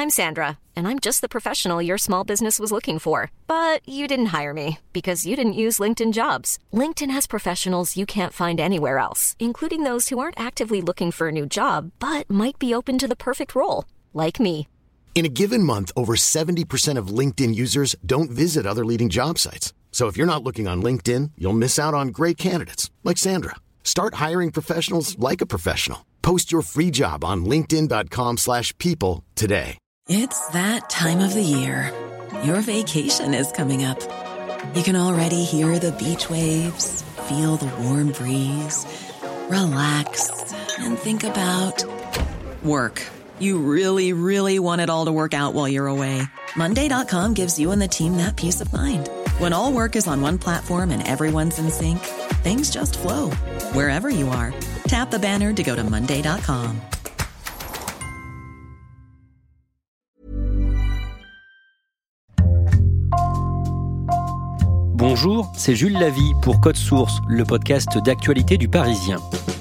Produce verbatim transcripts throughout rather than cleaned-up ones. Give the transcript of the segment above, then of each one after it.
I'm Sandra, and I'm just the professional your small business was looking for. But you didn't hire me because you didn't use LinkedIn Jobs. LinkedIn has professionals you can't find anywhere else, including those who aren't actively looking for a new job, but might be open to the perfect role, like me. In a given month, over seventy percent of LinkedIn users don't visit other leading job sites. So if you're not looking on LinkedIn, you'll miss out on great candidates like Sandra. Start hiring professionals like a professional. Post your free job on linkedin.com slash people today. It's that time of the year. Your vacation is coming up. You can already hear the beach waves, feel the warm breeze, relax, and think about work. You really, really want it all to work out while you're away. Monday dot com gives you and the team that peace of mind. When all work is on one platform and everyone's in sync, things just flow. Wherever you are, tap the banner to go to monday dot com. Bonjour, c'est Jules Lavie pour Code Source, le podcast d'actualité du Parisien.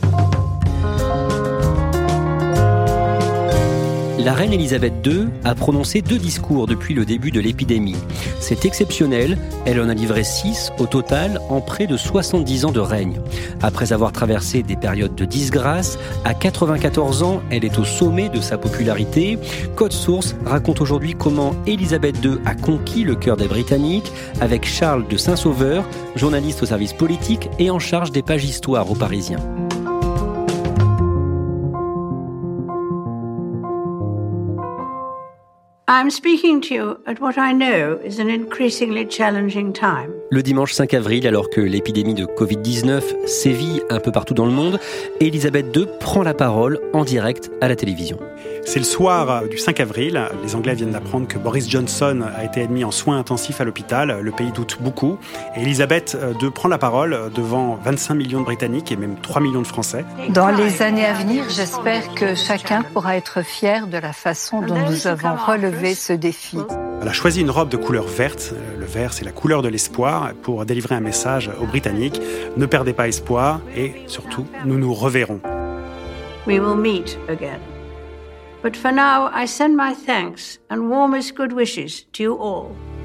La reine Elisabeth deux a prononcé deux discours depuis le début de l'épidémie. C'est exceptionnel, elle en a livré six au total en près de soixante-dix ans de règne. Après avoir traversé des périodes de disgrâce, à quatre-vingt-quatorze ans, elle est au sommet de sa popularité. Code Source raconte aujourd'hui comment Elisabeth deux a conquis le cœur des Britanniques avec Charles de Saint-Sauveur, journaliste au service politique et en charge des pages histoire au Parisien. I'm speaking to you at what I know is an increasingly challenging time. Le dimanche cinq avril, alors que l'épidémie de covid dix-neuf sévit un peu partout dans le monde, Elisabeth deux prend la parole en direct à la télévision. C'est le soir du cinq avril. Les Anglais viennent d'apprendre que Boris Johnson a été admis en soins intensifs à l'hôpital. Le pays doute beaucoup. Et Elisabeth deux prend la parole devant vingt-cinq millions de Britanniques et même trois millions de Français. Dans les années à venir, j'espère que chacun pourra être fier de la façon dont nous avons relevé ce défi. Elle a choisi une robe de couleur verte. Le vert, c'est la couleur de l'espoir pour délivrer un message aux Britanniques. Ne perdez pas espoir et surtout, nous nous reverrons. We will meet again. But for now, I send my thanks and warmest good wishes to you all.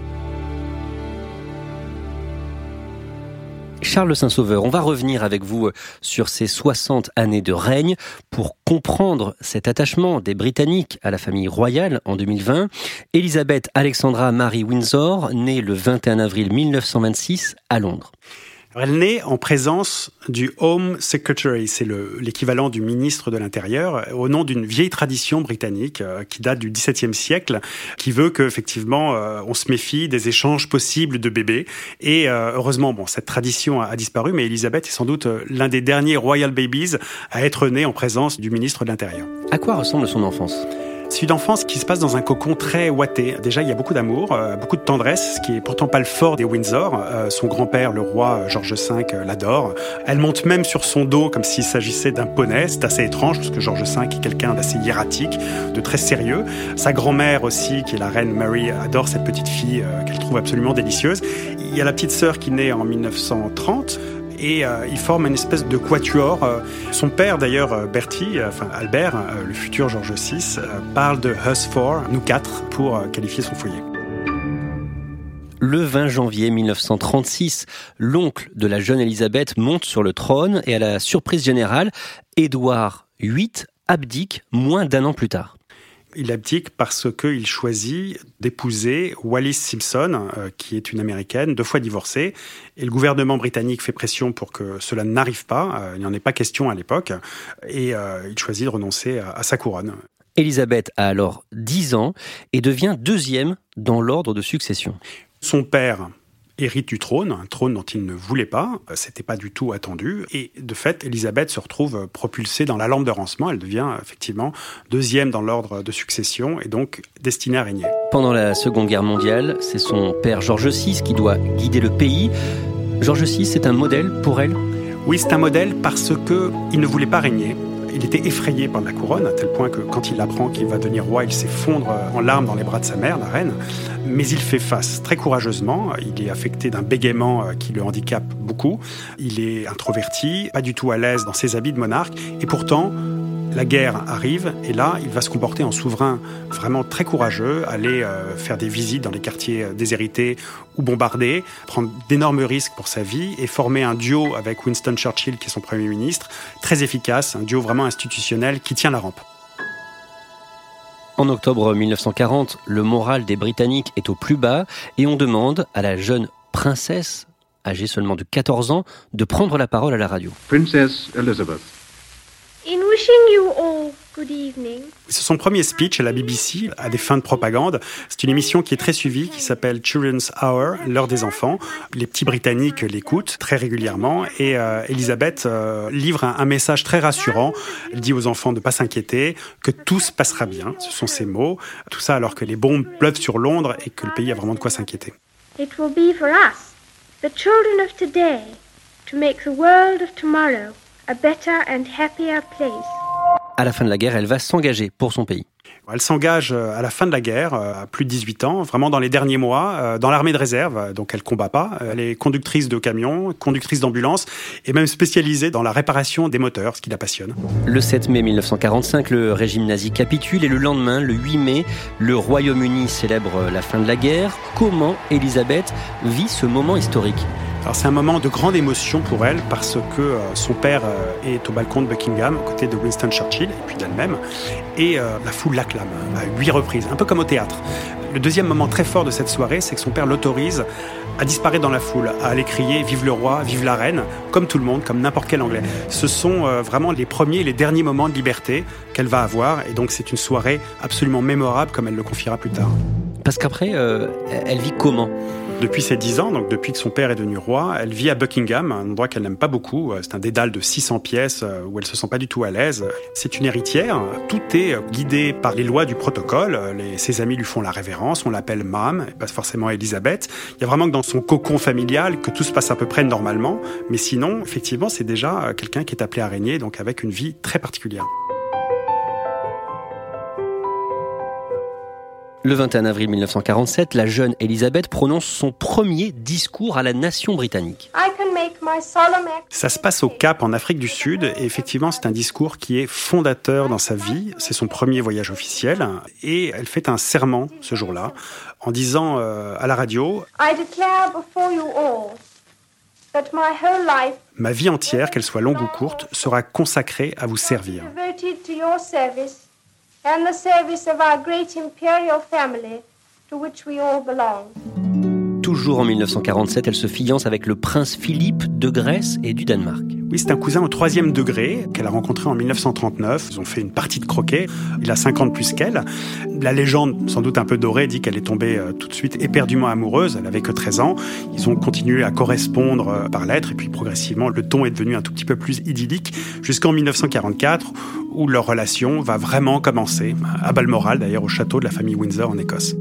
Charles de Saint-Sauveur, on va revenir avec vous sur ces soixante années de règne pour comprendre cet attachement des Britanniques à la famille royale en deux mille vingt. Elisabeth Alexandra Mary Windsor, née le vingt et un avril mille neuf cent vingt-six à Londres. Elle naît en présence du Home Secretary, c'est le, l'équivalent du ministre de l'Intérieur, au nom d'une vieille tradition britannique euh, qui date du dix-septième siècle, qui veut qu'effectivement euh, on se méfie des échanges possibles de bébés. Et euh, heureusement, bon, cette tradition a, a disparu, mais Elisabeth est sans doute euh, l'un des derniers royal babies à être né en présence du ministre de l'Intérieur. À quoi ressemble son enfance ? C'est une enfance qui se passe dans un cocon très ouaté. Déjà, il y a beaucoup d'amour, euh, beaucoup de tendresse, ce qui est pourtant pas le fort des Windsor. Euh, son grand-père, le roi George cinq, euh, l'adore. Elle monte même sur son dos comme s'il s'agissait d'un poney. C'est assez étrange parce que George cinq est quelqu'un d'assez hiératique, de très sérieux. Sa grand-mère aussi, qui est la reine Mary, adore cette petite fille euh, qu'elle trouve absolument délicieuse. Il y a la petite sœur qui naît en mille neuf cent trente. Et euh, ils forment une espèce de quatuor. Euh, son père, d'ailleurs, euh, Bertie, euh, enfin Albert, euh, le futur George six, euh, parle de Us Four, nous quatre, pour euh, qualifier son foyer. Le vingt janvier mille neuf cent trente-six, l'oncle de la jeune Elisabeth monte sur le trône et à la surprise générale, Édouard huit abdique moins d'un an plus tard. Il abdique parce qu'il choisit d'épouser Wallis Simpson, euh, qui est une Américaine, deux fois divorcée. Et le gouvernement britannique fait pression pour que cela n'arrive pas. Euh, il n'y en est pas question à l'époque. Et euh, il choisit de renoncer à, à sa couronne. Elisabeth a alors dix ans et devient deuxième dans l'ordre de succession. Son père hérite du trône, un trône dont il ne voulait pas, c'était pas du tout attendu, et de fait, Elisabeth se retrouve propulsée dans la lampe de rancement, elle devient effectivement deuxième dans l'ordre de succession, et donc destinée à régner. Pendant la Seconde Guerre mondiale, c'est son père George six qui doit guider le pays. George six, c'est un modèle pour elle ? Oui, c'est un modèle parce qu'il ne voulait pas régner. Il était effrayé par la couronne, à tel point que quand il apprend qu'il va devenir roi, il s'effondre en larmes dans les bras de sa mère, la reine. Mais il fait face très courageusement. Il est affecté d'un bégaiement qui le handicape beaucoup. Il est introverti, pas du tout à l'aise dans ses habits de monarque. Et pourtant, La guerre arrive et là, il va se comporter en souverain vraiment très courageux, aller euh, faire des visites dans les quartiers déshérités ou bombardés, prendre d'énormes risques pour sa vie et former un duo avec Winston Churchill, qui est son Premier ministre, très efficace, un duo vraiment institutionnel qui tient la rampe. En octobre mille neuf cent quarante, le moral des Britanniques est au plus bas et on demande à la jeune princesse, âgée seulement de quatorze ans, de prendre la parole à la radio. Princess Elizabeth. In wishing you all good evening. C'est son premier speech à la B B C, à des fins de propagande. C'est une émission qui est très suivie, qui s'appelle Children's Hour, l'heure des enfants. Les petits Britanniques l'écoutent très régulièrement et euh, Elisabeth euh, livre un, un message très rassurant. Elle dit aux enfants de ne pas s'inquiéter, que tout se passera bien. Ce sont ses mots. Tout ça alors que les bombes pleuvent sur Londres et que le pays a vraiment de quoi s'inquiéter. It will be for us, the children of today, to make the world of tomorrow a better and happier place. À la fin de la guerre, elle va s'engager pour son pays. Elle s'engage à la fin de la guerre, à plus de dix-huit ans, vraiment dans les derniers mois, dans l'armée de réserve, donc elle ne combat pas. Elle est conductrice de camions, conductrice d'ambulance et même spécialisée dans la réparation des moteurs, ce qui la passionne. Le sept mai mille neuf cent quarante-cinq, le régime nazi capitule et le lendemain, le huit mai, le Royaume-Uni célèbre la fin de la guerre. Comment Elisabeth vit ce moment historique ? Alors c'est un moment de grande émotion pour elle parce que euh, son père euh, est au balcon de Buckingham, aux côtés de Winston Churchill et puis d'elle-même, et euh, la foule l'acclame à huit reprises, un peu comme au théâtre. Le deuxième moment très fort de cette soirée, c'est que son père l'autorise à disparaître dans la foule, à aller crier « Vive le roi, vive la reine », comme tout le monde, comme n'importe quel Anglais. Ce sont euh, vraiment les premiers et les derniers moments de liberté qu'elle va avoir, et donc c'est une soirée absolument mémorable, comme elle le confiera plus tard. Parce qu'après, euh, elle vit comment ? Depuis ses dix ans, donc depuis que son père est devenu roi, elle vit à Buckingham, un endroit qu'elle n'aime pas beaucoup. C'est un dédale de six cents pièces où elle se sent pas du tout à l'aise. C'est une héritière. Tout est guidé par les lois du protocole. Les, ses amis lui font la révérence. On l'appelle Mom, pas forcément Elisabeth. Il y a vraiment que dans son cocon familial que tout se passe à peu près normalement. Mais sinon, effectivement, c'est déjà quelqu'un qui est appelé à régner, donc avec une vie très particulière. Le vingt et un avril mille neuf cent quarante-sept, la jeune Elisabeth prononce son premier discours à la nation britannique. Ça se passe au Cap, en Afrique du Sud, et effectivement, c'est un discours qui est fondateur dans sa vie. C'est son premier voyage officiel, et elle fait un serment ce jour-là, en disant euh, à la radio « Ma vie entière, qu'elle soit longue ou courte, sera consacrée à vous servir. » and the service of our great imperial family to which we all belong. Toujours en mille neuf cent quarante-sept, elle se fiance avec le prince Philippe de Grèce et du Danemark. Oui, c'est un cousin au troisième degré qu'elle a rencontré en mille neuf cent trente-neuf. Ils ont fait une partie de croquet. Il a cinq ans de plus qu'elle. La légende, sans doute un peu dorée, dit qu'elle est tombée euh, tout de suite éperdument amoureuse. Elle avait que treize ans. Ils ont continué à correspondre euh, par lettres. Et puis progressivement, le ton est devenu un tout petit peu plus idyllique jusqu'en mille neuf cent quarante-quatre, où leur relation va vraiment commencer, à Balmoral d'ailleurs, au château de la famille Windsor en Écosse.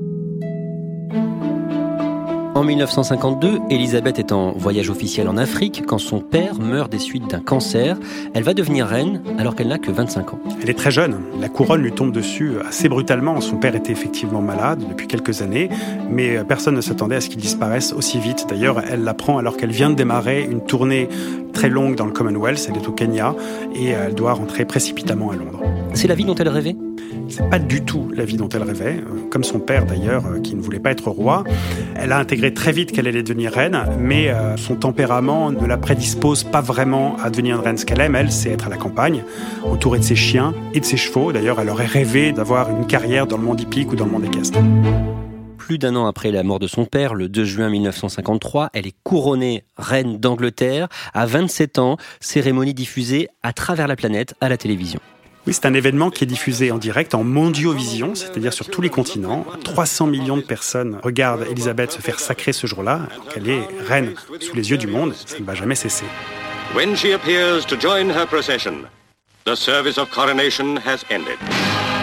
En mille neuf cent cinquante-deux, Elisabeth est en voyage officiel en Afrique quand son père meurt des suites d'un cancer. Elle va devenir reine alors qu'elle n'a que vingt-cinq ans. Elle est très jeune. La couronne lui tombe dessus assez brutalement. Son père était effectivement malade depuis quelques années, mais personne ne s'attendait à ce qu'il disparaisse aussi vite. D'ailleurs, elle l'apprend alors qu'elle vient de démarrer une tournée très longue dans le Commonwealth. Elle est au Kenya et elle doit rentrer précipitamment à Londres. C'est la vie dont elle rêvait ? C'est pas du tout la vie dont elle rêvait, comme son père d'ailleurs, qui ne voulait pas être roi. Elle a intégré très vite qu'elle allait devenir reine, mais son tempérament ne la prédispose pas vraiment à devenir reine. Ce qu'elle aime, elle, c'est être à la campagne, entourée de ses chiens et de ses chevaux. D'ailleurs, elle aurait rêvé d'avoir une carrière dans le monde hippique ou dans le monde équestre. Plus d'un an après la mort de son père, le deux juin mille neuf cent cinquante-trois, elle est couronnée reine d'Angleterre. À vingt-sept ans, cérémonie diffusée à travers la planète à la télévision. Oui, c'est un événement qui est diffusé en direct, en mondiovision, c'est-à-dire sur tous les continents. trois cents millions de personnes regardent Elisabeth se faire sacrer ce jour-là. Donc elle est reine sous les yeux du monde, ça ne va jamais cesser. When she appears to join her procession, the service of coronation has ended.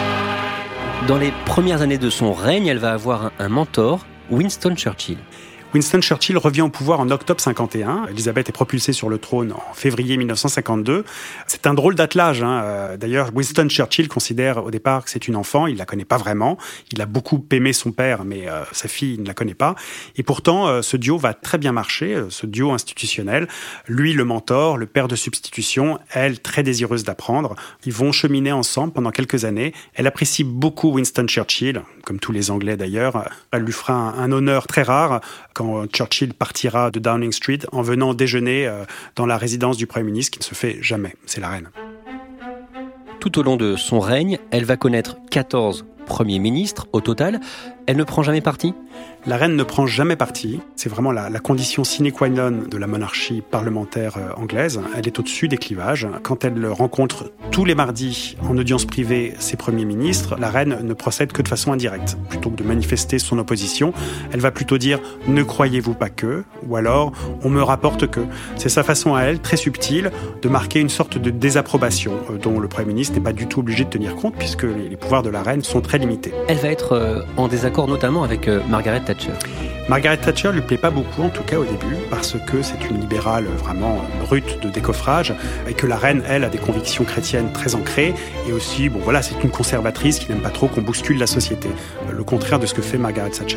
Dans les premières années de son règne, elle va avoir un mentor, Winston Churchill. Winston Churchill revient au pouvoir en octobre cinquante et un. Elisabeth est propulsée sur le trône en février mille neuf cent cinquante-deux. C'est un drôle d'attelage, hein. D'ailleurs, Winston Churchill considère au départ que c'est une enfant. Il la connaît pas vraiment. Il a beaucoup aimé son père, mais euh, sa fille, il ne la connaît pas. Et pourtant, euh, ce duo va très bien marcher, euh, ce duo institutionnel. Lui, le mentor, le père de substitution, elle, très désireuse d'apprendre. Ils vont cheminer ensemble pendant quelques années. Elle apprécie beaucoup Winston Churchill, comme tous les Anglais d'ailleurs. Elle lui fera un, un honneur très rare quand Churchill partira de Downing Street en venant déjeuner euh, dans la résidence du Premier ministre, qui ne se fait jamais. C'est la reine. Tout au long de son règne, elle va connaître quatorze premiers ministres au total. Elle ne prend jamais parti ? La reine ne prend jamais parti. C'est vraiment la, la condition sine qua non de la monarchie parlementaire euh, anglaise. Elle est au-dessus des clivages. Quand elle rencontre tous les mardis en audience privée ses premiers ministres, la reine ne procède que de façon indirecte. Plutôt que de manifester son opposition, elle va plutôt dire « ne croyez-vous pas que » ou alors « on me rapporte que ». C'est sa façon à elle, très subtile, de marquer une sorte de désapprobation euh, dont le Premier ministre n'est pas du tout obligé de tenir compte puisque les, les pouvoirs de la reine sont très limités. Elle va être euh, en désaccord notamment avec euh, Margaret Thatcher. Margaret Thatcher lui plaît pas beaucoup, en tout cas au début, parce que c'est une libérale vraiment brute de décoffrage, et que la reine, elle, a des convictions chrétiennes très ancrées, et aussi, bon voilà, c'est une conservatrice qui n'aime pas trop qu'on bouscule la société. Le contraire de ce que fait Margaret Thatcher.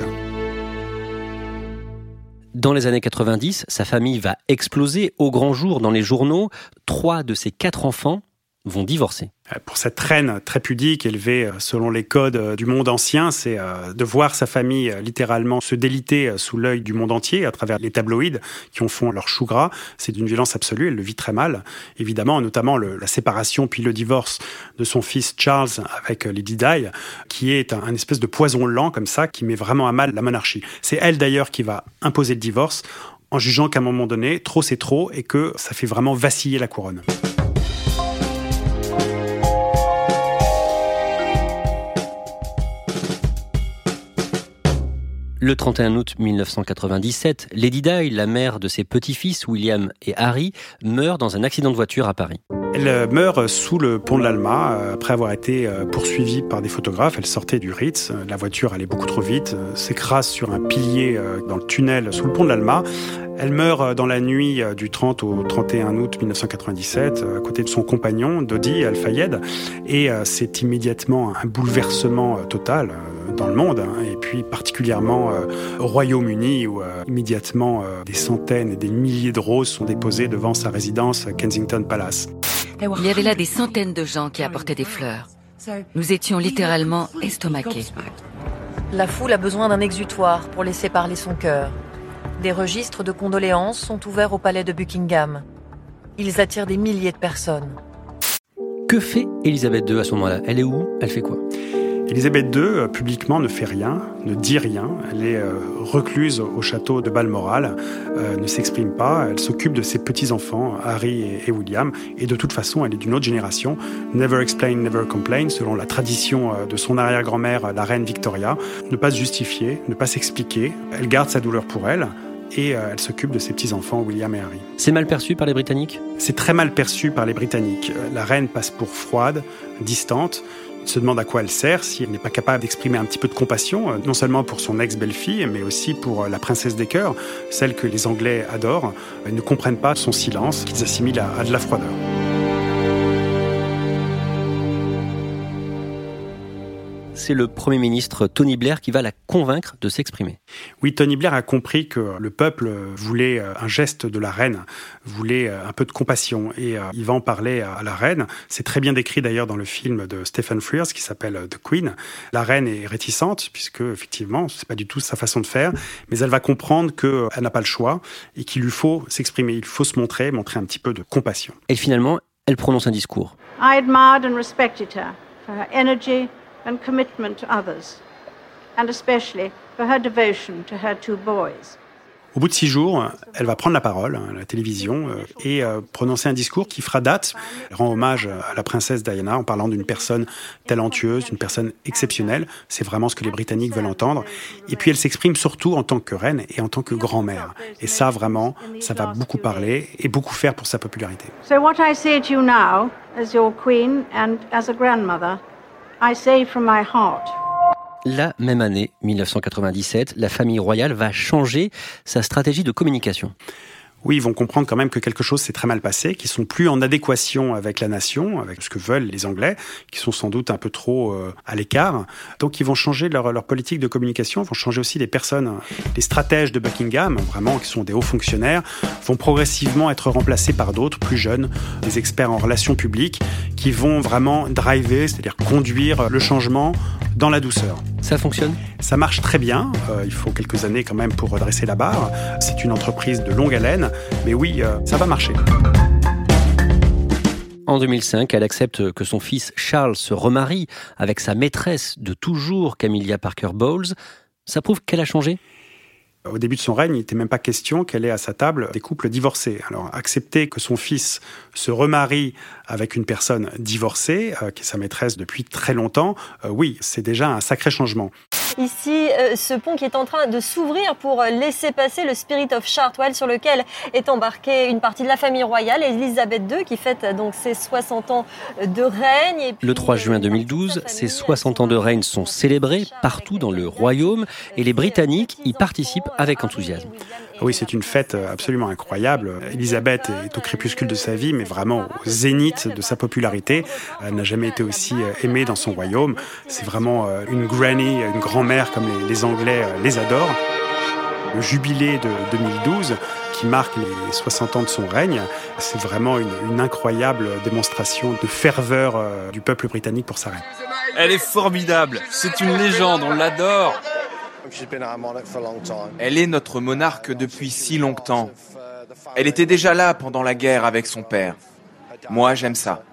Dans les années quatre-vingt-dix, sa famille va exploser au grand jour dans les journaux. Trois de ses quatre enfants vont divorcer. Pour cette reine très pudique, élevée selon les codes du monde ancien, c'est de voir sa famille littéralement se déliter sous l'œil du monde entier à travers les tabloïds qui en font leur chou gras. C'est d'une violence absolue, elle le vit très mal. Évidemment, notamment le, la séparation puis le divorce de son fils Charles avec Lady Di, qui est un, un espèce de poison lent comme ça, qui met vraiment à mal la monarchie. C'est elle d'ailleurs qui va imposer le divorce en jugeant qu'à un moment donné, trop c'est trop et que ça fait vraiment vaciller la couronne. Le trente et un août mille neuf cent quatre-vingt-dix-sept, Lady Di, la mère de ses petits-fils William et Harry, meurt dans un accident de voiture à Paris. Elle meurt sous le pont de l'Alma, après avoir été poursuivie par des photographes. Elle sortait du Ritz, la voiture allait beaucoup trop vite, s'écrase sur un pilier dans le tunnel sous le pont de l'Alma. Elle meurt dans la nuit du trente au trente et un août mille neuf cent quatre-vingt-dix-sept, à côté de son compagnon, Dodi Al-Fayed. Et c'est immédiatement un bouleversement total dans le monde, et puis particulièrement au Royaume-Uni, où immédiatement des centaines et des milliers de roses sont déposées devant sa résidence Kensington Palace. Il y avait là des centaines de gens qui apportaient des fleurs. Nous étions littéralement estomaqués. La foule a besoin d'un exutoire pour laisser parler son cœur. Des registres de condoléances sont ouverts au palais de Buckingham. Ils attirent des milliers de personnes. Que fait Elisabeth deux à ce moment-là ? Elle est où ? Elle fait quoi ? Elisabeth deux, publiquement, ne fait rien, ne dit rien. Elle est euh, recluse au château de Balmoral, euh, ne s'exprime pas. Elle s'occupe de ses petits-enfants, Harry et, et William. Et de toute façon, elle est d'une autre génération. Never explain, never complain, selon la tradition euh, de son arrière-grand-mère, la reine Victoria. Ne pas se justifier, ne pas s'expliquer. Elle garde sa douleur pour elle. Et euh, elle s'occupe de ses petits-enfants, William et Harry. C'est mal perçu par les Britanniques ? C'est très mal perçu par les Britanniques. La reine passe pour froide, distante. Il se demande à quoi elle sert, si elle n'est pas capable d'exprimer un petit peu de compassion, non seulement pour son ex-belle-fille, mais aussi pour la princesse des cœurs, celle que les Anglais adorent. Ils ne comprennent pas son silence, qu'ils assimilent à, à de la froideur. C'est le Premier ministre Tony Blair qui va la convaincre de s'exprimer. Oui, Tony Blair a compris que le peuple voulait un geste de la reine, voulait un peu de compassion, et il va en parler à la reine. C'est très bien décrit d'ailleurs dans le film de Stephen Frears qui s'appelle The Queen. La reine est réticente, puisque effectivement, c'est pas du tout sa façon de faire, mais elle va comprendre qu'elle n'a pas le choix et qu'il lui faut s'exprimer, il faut se montrer, montrer un petit peu de compassion. Et finalement, elle prononce un discours. I admired and respected her for her energy and commitment to others, and especially for her devotion to her two boys. Au bout de six jours, elle va prendre la parole à la télévision euh, et euh, prononcer un discours qui fera date. Elle rend hommage à la princesse Diana en parlant d'une personne talentueuse, d'une personne exceptionnelle. C'est vraiment ce que les Britanniques veulent entendre. Et puis elle s'exprime surtout en tant que reine et en tant que grand-mère. Et ça, vraiment, ça va beaucoup parler et beaucoup faire pour sa popularité. So what I say to you now, as your queen and as a grandmother, I say from my heart. La même année, mille neuf cent quatre-vingt-dix-sept, la famille royale va changer sa stratégie de communication. Oui, ils vont comprendre quand même que quelque chose s'est très mal passé, qu'ils sont plus en adéquation avec la nation, avec ce que veulent les Anglais, qui sont sans doute un peu trop euh, à l'écart. Donc ils vont changer leur, leur politique de communication, vont changer aussi les personnes. Les stratèges de Buckingham, vraiment, qui sont des hauts fonctionnaires, vont progressivement être remplacés par d'autres, plus jeunes, des experts en relations publiques, qui vont vraiment driver, c'est-à-dire conduire le changement dans la douceur. Ça fonctionne ? Ça marche très bien. Euh, il faut quelques années quand même pour redresser la barre. C'est une entreprise de longue haleine. Mais oui, euh, ça va marcher. En deux mille cinq, elle accepte que son fils Charles se remarie avec sa maîtresse de toujours, Camilla Parker Bowles. Ça prouve qu'elle a changé ? Au début de son règne, il n'était même pas question qu'elle ait à sa table des couples divorcés. Alors, accepter que son fils se remarie avec une personne divorcée, euh, qui est sa maîtresse depuis très longtemps, euh, oui, c'est déjà un sacré changement. Ici, euh, ce pont qui est en train de s'ouvrir pour laisser passer le Spirit of Chartwell, sur lequel est embarquée une partie de la famille royale, Elisabeth deux, qui fête donc ses soixante ans de règne. Et puis, le trois juin deux mille douze, ses soixante ans de règne sont célébrés partout dans le royaume et les Britanniques y participent avec enthousiasme. Oui, c'est une fête absolument incroyable. Elisabeth est au crépuscule de sa vie, mais vraiment au zénith de sa popularité. Elle n'a jamais été aussi aimée dans son royaume. C'est vraiment une granny, une grand-mère comme les, les Anglais les adorent. Le jubilé de deux mille douze, qui marque les soixante ans de son règne, c'est vraiment une, une incroyable démonstration de ferveur du peuple britannique pour sa reine. Elle est formidable, c'est une légende, on l'adore. Elle est notre monarque depuis si longtemps. Elle était déjà là pendant la guerre avec son père. Moi, j'aime ça.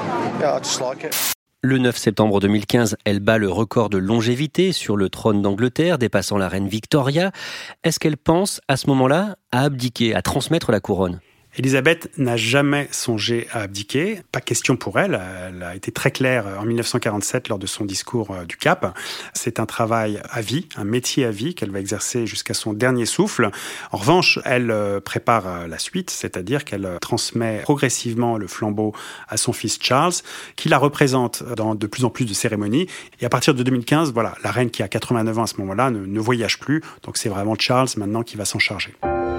Le neuf septembre deux mille quinze, elle bat le record de longévité sur le trône d'Angleterre, dépassant la reine Victoria. Est-ce qu'elle pense, à ce moment-là, à abdiquer, à transmettre la couronne ? Elisabeth n'a jamais songé à abdiquer, pas question pour elle, elle a été très claire en mille neuf cent quarante-sept lors de son discours du Cap. C'est un travail à vie, un métier à vie qu'elle va exercer jusqu'à son dernier souffle. En revanche, elle prépare la suite, c'est-à-dire qu'elle transmet progressivement le flambeau à son fils Charles, qui la représente dans de plus en plus de cérémonies. Et à partir de deux mille quinze, voilà, la reine qui a quatre-vingt-neuf ans à ce moment-là ne, ne voyage plus, donc c'est vraiment Charles maintenant qui va s'en charger.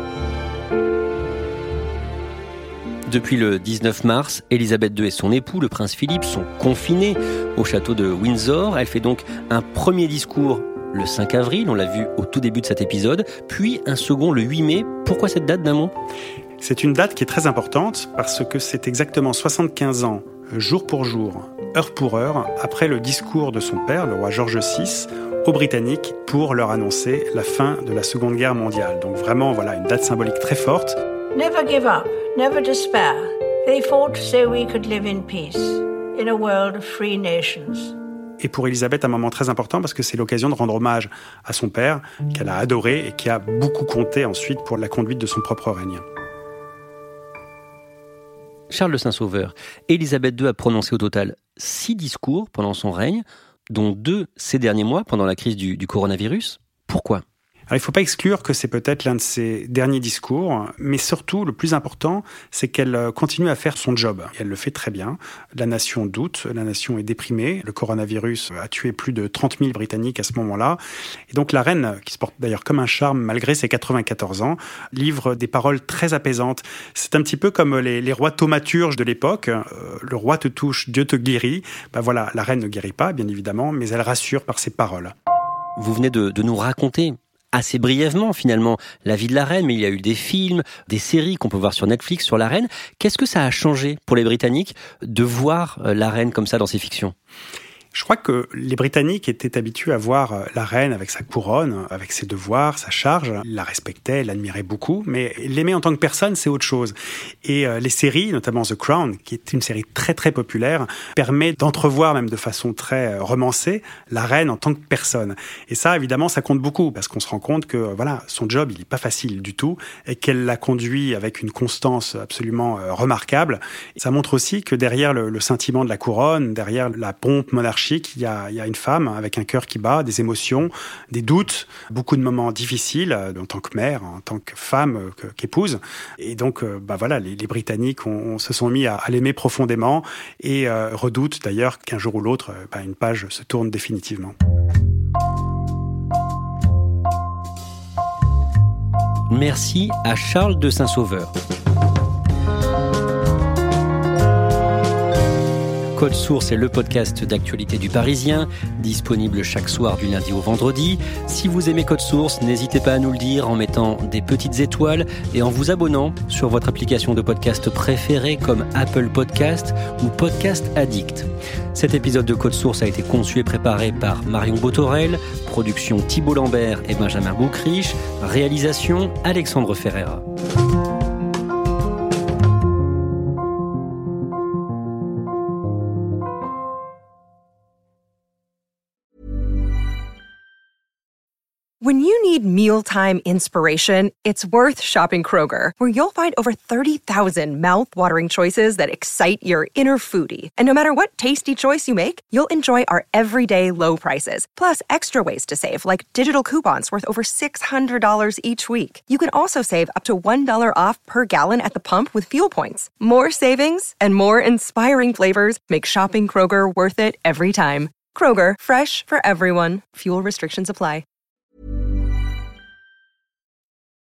Depuis le dix-neuf mars, Elisabeth deux et son époux, le prince Philippe, sont confinés au château de Windsor. Elle fait donc un premier discours le cinq avril, on l'a vu au tout début de cet épisode, puis un second le huit mai. Pourquoi cette date, d'un mot ? C'est une date qui est très importante parce que c'est exactement soixante-quinze ans, jour pour jour, heure pour heure, après le discours de son père, le roi George six, aux Britanniques pour leur annoncer la fin de la Seconde Guerre mondiale. Donc vraiment, voilà, une date symbolique très forte. Never give up, never despair. They fought so we could live in peace, in a world of free nations. Et pour Elisabeth, un moment très important parce que c'est l'occasion de rendre hommage à son père, qu'elle a adoré et qui a beaucoup compté ensuite pour la conduite de son propre règne. Charles le Saint-Sauveur, Elisabeth deux a prononcé au total six discours pendant son règne, dont deux ces derniers mois pendant la crise du, du coronavirus. Pourquoi ? Alors, il ne faut pas exclure que c'est peut-être l'un de ses derniers discours, mais surtout, le plus important, c'est qu'elle continue à faire son job. Et elle le fait très bien. La nation doute, la nation est déprimée. Le coronavirus a tué plus de trente mille Britanniques à ce moment-là. Et donc la reine, qui se porte d'ailleurs comme un charme malgré ses quatre-vingt-quatorze ans, livre des paroles très apaisantes. C'est un petit peu comme les, les rois thaumaturges de l'époque. Euh, le roi te touche, Dieu te guérit. Ben voilà, la reine ne guérit pas, bien évidemment, mais elle rassure par ses paroles. Vous venez de, de nous raconter assez brièvement, finalement, la vie de la reine, mais il y a eu des films, des séries qu'on peut voir sur Netflix sur la reine. Qu'est-ce que ça a changé pour les Britanniques de voir la reine comme ça dans ces fictions ? Je crois que les Britanniques étaient habitués à voir la reine avec sa couronne, avec ses devoirs, sa charge. Ils la respectaient, l'admiraient beaucoup, mais l'aimer en tant que personne, c'est autre chose. Et euh, les séries, notamment The Crown, qui est une série très très populaire, permet d'entrevoir même de façon très romancée la reine en tant que personne. Et ça, évidemment, ça compte beaucoup, parce qu'on se rend compte que voilà, son job, il n'est pas facile du tout, et qu'elle l'a conduit avec une constance absolument euh, remarquable. Et ça montre aussi que derrière le, le scintillement de la couronne, derrière la pompe monarchique, Il y, a, il y a une femme avec un cœur qui bat, des émotions, des doutes, beaucoup de moments difficiles en tant que mère, en tant que femme, qu'épouse. Et donc, bah voilà, les, les Britanniques ont, se sont mis à, à l'aimer profondément et euh, redoutent d'ailleurs qu'un jour ou l'autre, bah, une page se tourne définitivement. Merci à Charles de Saint-Sauveur. Code Source est le podcast d'actualité du Parisien, disponible chaque soir du lundi au vendredi. Si vous aimez Code Source, n'hésitez pas à nous le dire en mettant des petites étoiles et en vous abonnant sur votre application de podcast préférée comme Apple Podcast ou Podcast Addict. Cet épisode de Code Source a été conçu et préparé par Marion Botorel, production Thibault Lambert et Benjamin Boucriche, réalisation Alexandre Ferreira. When you need mealtime inspiration, it's worth shopping Kroger, where you'll find over thirty thousand mouth-watering choices that excite your inner foodie. And no matter what tasty choice you make, you'll enjoy our everyday low prices, plus extra ways to save, like digital coupons worth over six hundred dollars each week. You can also save up to one dollar off per gallon at the pump with fuel points. More savings and more inspiring flavors make shopping Kroger worth it every time. Kroger, fresh for everyone. Fuel restrictions apply.